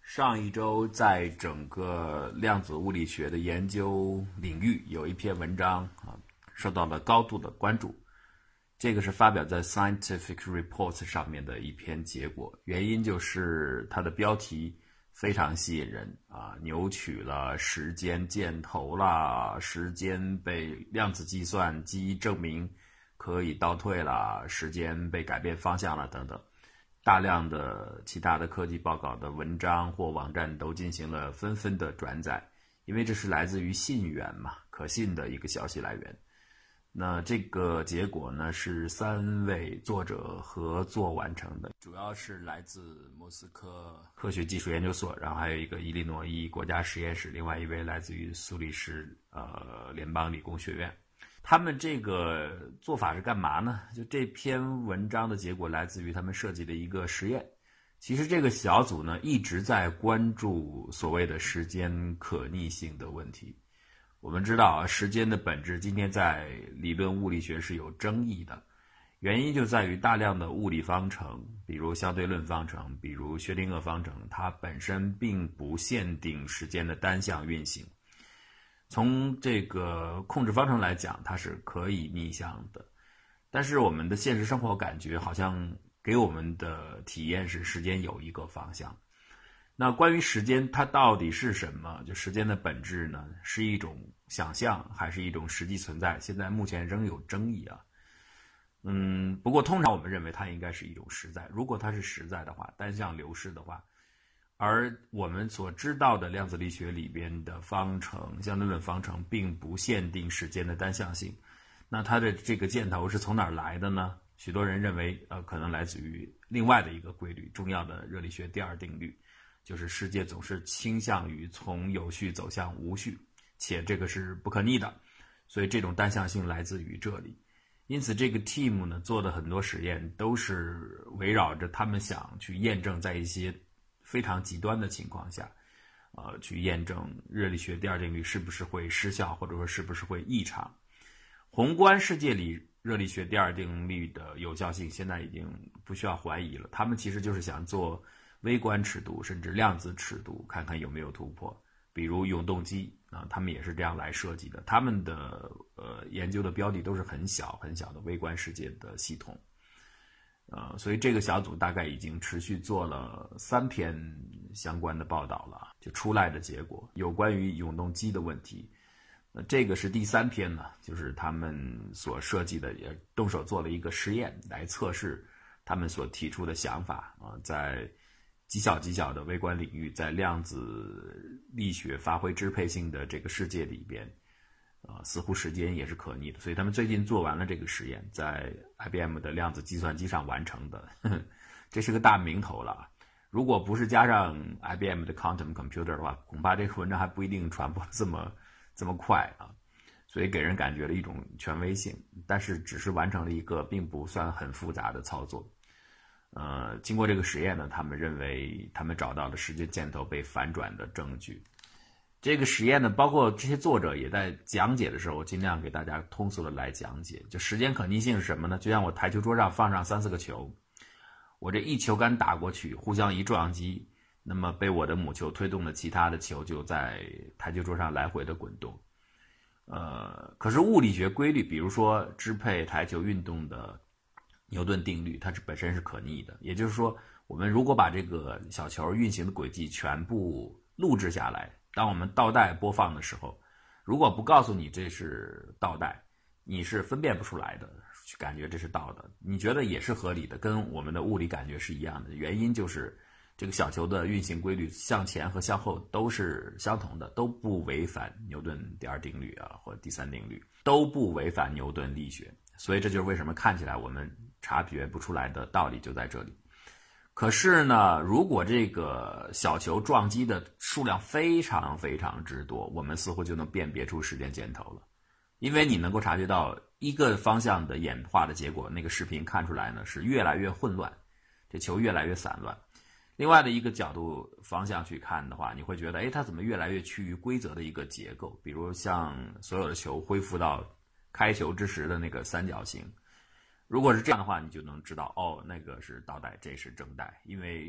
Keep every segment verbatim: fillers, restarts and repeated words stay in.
上一周，在整个量子物理学的研究领域，有一篇文章啊，受到了高度的关注。这个是发表在 Scientific Reports 上面的一篇结果，原因就是它的标题非常吸引人啊，扭曲了时间箭头啦，时间被量子计算机证明可以倒退啦，时间被改变方向了等等。大量的其他的科技报告的文章或网站都进行了纷纷的转载，因为这是来自于信源嘛，可信的一个消息来源。那这个结果呢，是三位作者合作完成的，主要是来自莫斯科科学技术研究所，然后还有一个伊利诺伊国家实验室，另外一位来自于苏黎世呃联邦理工学院。他们这个做法是干嘛呢？就这篇文章的结果来自于他们设计的一个实验。其实这个小组呢一直在关注所谓的时间可逆性的问题。我们知道啊，时间的本质今天在理论物理学是有争议的，原因就在于大量的物理方程，比如相对论方程，比如薛定谔方程，它本身并不限定时间的单向运行。从这个控制方程来讲，它是可以逆向的，但是我们的现实生活感觉好像给我们的体验是时间有一个方向。那关于时间它到底是什么，就时间的本质呢，是一种想象还是一种实际存在，现在目前仍有争议啊。嗯，不过通常我们认为它应该是一种实在，如果它是实在的话，单向流逝的话，而我们所知道的量子力学里边的方程，相对论方程并不限定时间的单向性，那它的这个箭头是从哪儿来的呢？许多人认为呃，可能来自于另外的一个规律，重要的热力学第二定律，就是世界总是倾向于从有序走向无序，且这个是不可逆的，所以这种单向性来自于这里。因此这个 team 呢做的很多实验都是围绕着他们想去验证在一些非常极端的情况下，呃，去验证热力学第二定律是不是会失效，或者说是不是会异常。宏观世界里热力学第二定律的有效性现在已经不需要怀疑了，他们其实就是想做微观尺度甚至量子尺度，看看有没有突破。比如永动机啊，他们也是这样来设计的，他们的呃研究的标的都是很小很小的微观世界的系统。呃，所以这个小组大概已经持续做了三篇相关的报道了，就出来的结果有关于永动机的问题。那这个是第三篇呢，就是他们所设计的，也动手做了一个实验来测试他们所提出的想法啊，在极小极小的微观领域，在量子力学发挥支配性的这个世界里边。呃，似乎时间也是可逆的，所以他们最近做完了这个实验，在 I B M 的量子计算机上完成的，呵呵，这是个大名头了。如果不是加上 I B M 的 Quantum Computer 的话，恐怕这个文章还不一定传播这么这么快啊。所以给人感觉了一种权威性，但是只是完成了一个并不算很复杂的操作。呃，经过这个实验呢，他们认为他们找到了时间箭头被反转的证据。这个实验呢，包括这些作者也在讲解的时候，我尽量给大家通俗的来讲解。就时间可逆性是什么呢？就像我台球桌上放上三四个球，我这一球杆打过去，互相一撞击，那么被我的母球推动的其他的球就在台球桌上来回的滚动。呃，可是物理学规律，比如说支配台球运动的牛顿定律，它是本身是可逆的。也就是说，我们如果把这个小球运行的轨迹全部录制下来，当我们倒带播放的时候，如果不告诉你这是倒带，你是分辨不出来的，去感觉这是倒的，你觉得也是合理的，跟我们的物理感觉是一样的。原因就是这个小球的运行规律向前和向后都是相同的，都不违反牛顿第二定律啊，或者第三定律，都不违反牛顿力学。所以这就是为什么看起来我们察觉不出来的道理就在这里。可是呢，如果这个小球撞击的数量非常非常之多，我们似乎就能辨别出时间箭头了。因为你能够察觉到一个方向的演化的结果，那个视频看出来呢是越来越混乱，这球越来越散乱。另外的一个角度方向去看的话，你会觉得诶，它怎么越来越趋于规则的一个结构，比如像所有的球恢复到开球之时的那个三角形。如果是这样的话，你就能知道哦，那个是倒带，这是正带，因为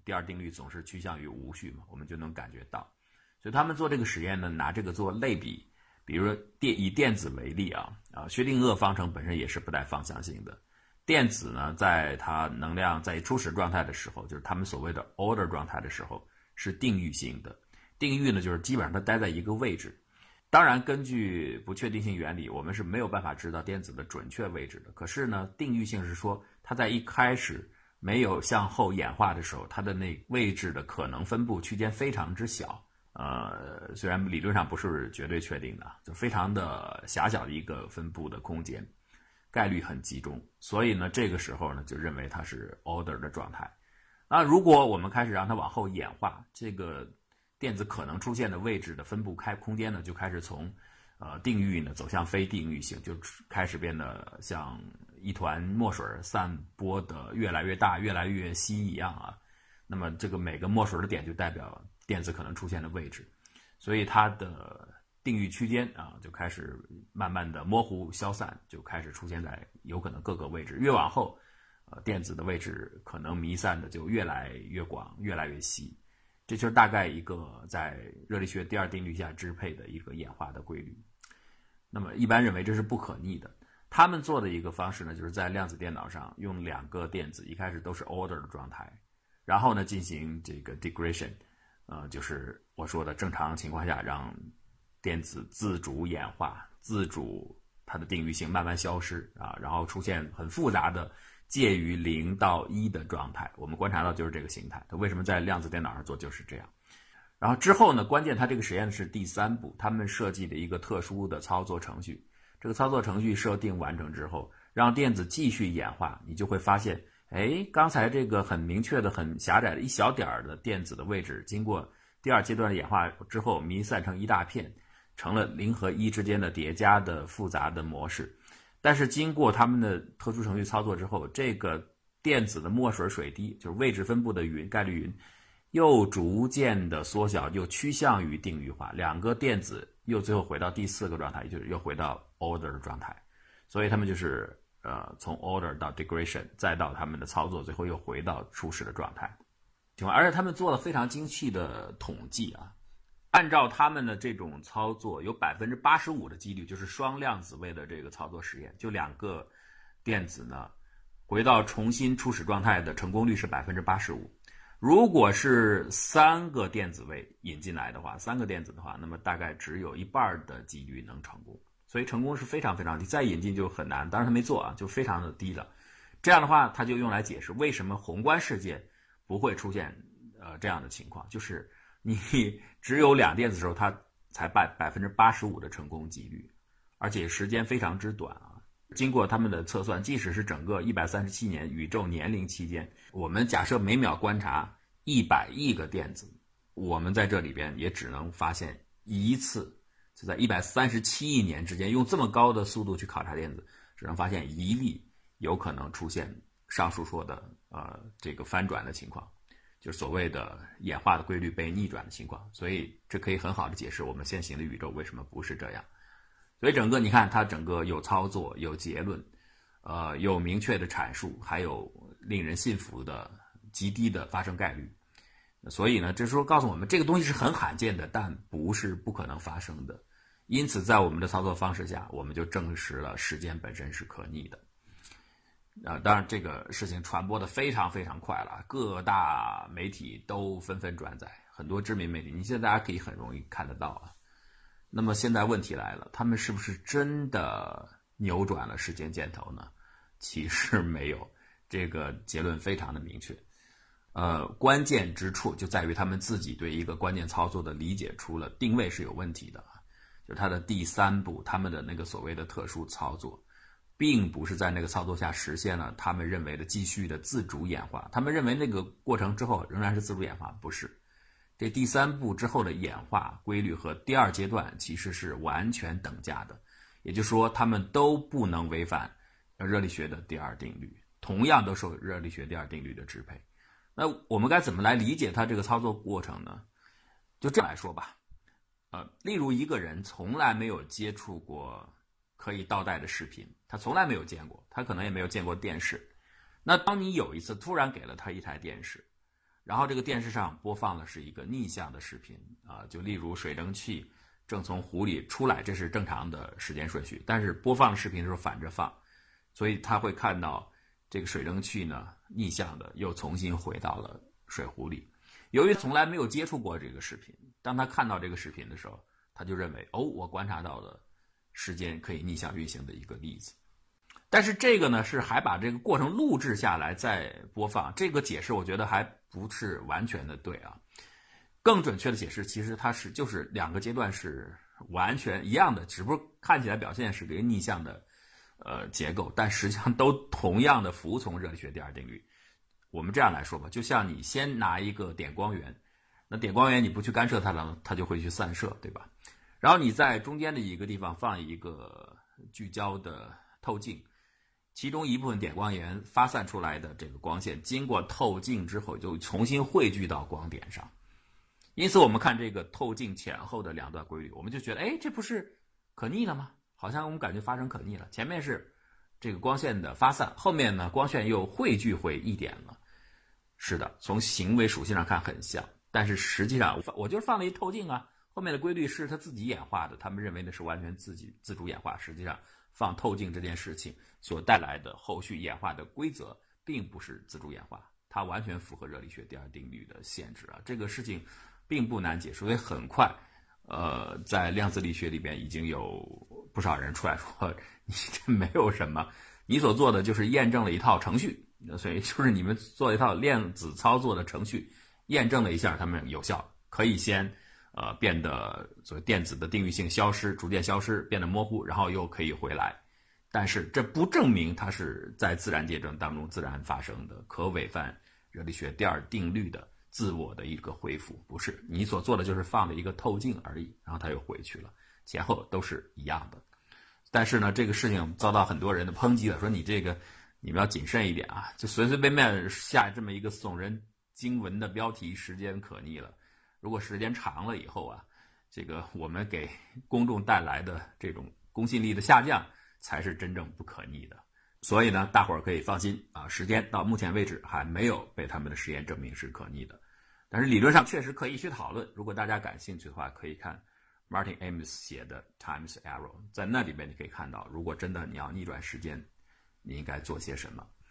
第二定律总是趋向于无序嘛，我们就能感觉到。所以他们做这个实验呢，拿这个做类比，比如说电以电子为例啊，啊，薛定谔方程本身也是不带方向性的。电子呢，在它能量在初始状态的时候，就是他们所谓的 order 状态的时候，是定域性的。定域呢，就是基本上它待在一个位置。当然，根据不确定性原理，我们是没有办法知道电子的准确位置的。可是呢，定域性是说，它在一开始没有向后演化的时候，它的那位置的可能分布区间非常之小。呃，虽然理论上不是绝对确定的，就非常的狭小的一个分布的空间，概率很集中。所以呢，这个时候呢，就认为它是 order 的状态。那如果我们开始让它往后演化，这个电子可能出现的位置的分布开空间呢，就开始从呃定域呢走向非定域性，就开始变得像一团墨水散播的越来越大、越来越稀一样啊。那么这个每个墨水的点就代表电子可能出现的位置，所以它的定域区间啊就开始慢慢的模糊消散，就开始出现在有可能各个位置。越往后，呃，电子的位置可能弥散的就越来越广，越来越细。这就是大概一个在热力学第二定律下支配的一个演化的规律。那么一般认为这是不可逆的。他们做的一个方式呢，就是在量子电脑上用两个电子一开始都是 order 的状态，然后呢进行这个 degradation， 呃，就是我说的正常情况下让电子自主演化，自主它的定域性慢慢消失啊，然后出现很复杂的介于零到一的状态。我们观察到就是这个形态，它为什么在量子电脑上做就是这样。然后之后呢，关键它这个实验是第三步，他们设计的一个特殊的操作程序。这个操作程序设定完成之后，让电子继续演化，你就会发现，哎，刚才这个很明确的、很狭窄的一小点的电子的位置，经过第二阶段的演化之后，弥散成一大片，成了零和一之间的叠加的复杂的模式。但是经过他们的特殊程序操作之后，这个电子的墨水水滴，就是位置分布的云，概率云，又逐渐的缩小，又趋向于定域化，两个电子又最后回到第四个状态，也就是又回到 order 的状态。所以他们就是呃从 order 到 degradation， 再到他们的操作，最后又回到初始的状态。而且他们做了非常精细的统计啊，按照他们的这种操作，有 百分之八十五 的几率，就是双量子位的这个操作实验，就两个电子呢回到重新初始状态的成功率是 百分之八十五。如果是三个电子位引进来的话，三个电子的话，那么大概只有一半的几率能成功，所以成功是非常非常低，再引进就很难。当然他没做啊，就非常的低了。这样的话，他就用来解释为什么宏观世界不会出现呃这样的情况，就是你只有两电子的时候，它才百百分之八十五的成功几率，而且时间非常之短啊。经过他们的测算，即使是整个一百三十七年宇宙年龄期间，我们假设每秒观察一百亿个电子，我们在这里边也只能发现一次，就在一百三十七亿年之间，用这么高的速度去考察电子，只能发现一例有可能出现上述说的呃这个翻转的情况，就是所谓的演化的规律被逆转的情况。所以这可以很好的解释我们现行的宇宙为什么不是这样。所以整个你看它整个有操作，有结论，呃，有明确的阐述，还有令人信服的极低的发生概率。所以呢，这说告诉我们这个东西是很罕见的，但不是不可能发生的。因此在我们的操作方式下，我们就证实了时间本身是可逆的。呃，当然这个事情传播的非常非常快了，各大媒体都纷纷转载，很多知名媒体，你现在大家可以很容易看得到啊。那么现在问题来了，他们是不是真的扭转了时间箭头呢？其实没有，这个结论非常的明确。呃，关键之处就在于他们自己对一个关键操作的理解出了定位是有问题的，就是它的第三步，他们的那个所谓的特殊操作，并不是在那个操作下实现了他们认为的继续的自主演化。他们认为那个过程之后仍然是自主演化，不是。这第三步之后的演化规律和第二阶段其实是完全等价的，也就是说他们都不能违反热力学的第二定律，同样都受热力学第二定律的支配。那我们该怎么来理解它这个操作过程呢？就这样来说吧，呃，例如一个人从来没有接触过可以倒带的视频，他从来没有见过，他可能也没有见过电视。那当你有一次突然给了他一台电视， 然后这个电视上播放的是一个逆向的视频啊，就例如水蒸气正从湖里出来，这是正常的时间顺序，但是播放视频的时候反着放，所以他会看到这个水蒸气呢逆向的又重新回到了水壶里。由于从来没有接触过这个视频，当他看到这个视频的时候，他就认为哦，我观察到了时间可以逆向运行的一个例子。但是这个呢是还把这个过程录制下来再播放，这个解释我觉得还不是完全的对啊。更准确的解释其实它是就是两个阶段是完全一样的，只不过看起来表现是个逆向的呃结构，但实际上都同样的服从热力学第二定律。我们这样来说吧，就像你先拿一个点光源，那点光源你不去干涉它了，它就会去散射，对吧？然后你在中间的一个地方放一个聚焦的透镜，其中一部分点光源发散出来的这个光线经过透镜之后就重新汇聚到光点上。因此我们看这个透镜前后的两段规律，我们就觉得哎，这不是可逆了吗？好像我们感觉发生可逆了，前面是这个光线的发散，后面呢光线又汇聚回一点了。是的，从行为属性上看很像，但是实际上我就是放了一透镜啊，后面的规律是它自己演化的，他们认为那是完全自己自主演化，实际上放透镜这件事情所带来的后续演化的规则并不是自主演化，它完全符合热力学第二定律的限制啊。这个事情并不难解释，所以很快呃，在量子力学里边已经有不少人出来说你这没有什么，你所做的就是验证了一套程序，所以就是你们做一套量子操作的程序，验证了一下它们有效，可以先呃变得所谓电子的定域性消失，逐渐消失，变得模糊，然后又可以回来。但是这不证明它是在自然界当中自然发生的，可违反热力学第二定律的自我的一个恢复，不是你所做的就是放了一个透镜而已，然后它又回去了，前后都是一样的。但是呢，这个事情遭到很多人的抨击了，说你这个你们要谨慎一点啊，就随随便便下这么一个耸人惊闻的标题，时间可逆了。如果时间长了以后啊，这个我们给公众带来的这种公信力的下降才是真正不可逆的。所以呢，大伙儿可以放心啊，时间到目前为止还没有被他们的实验证明是可逆的。但是理论上确实可以去讨论，如果大家感兴趣的话，可以看 Martin Amis 写的 Time's Arrow， 在那里面你可以看到，如果真的你要逆转时间，你应该做些什么。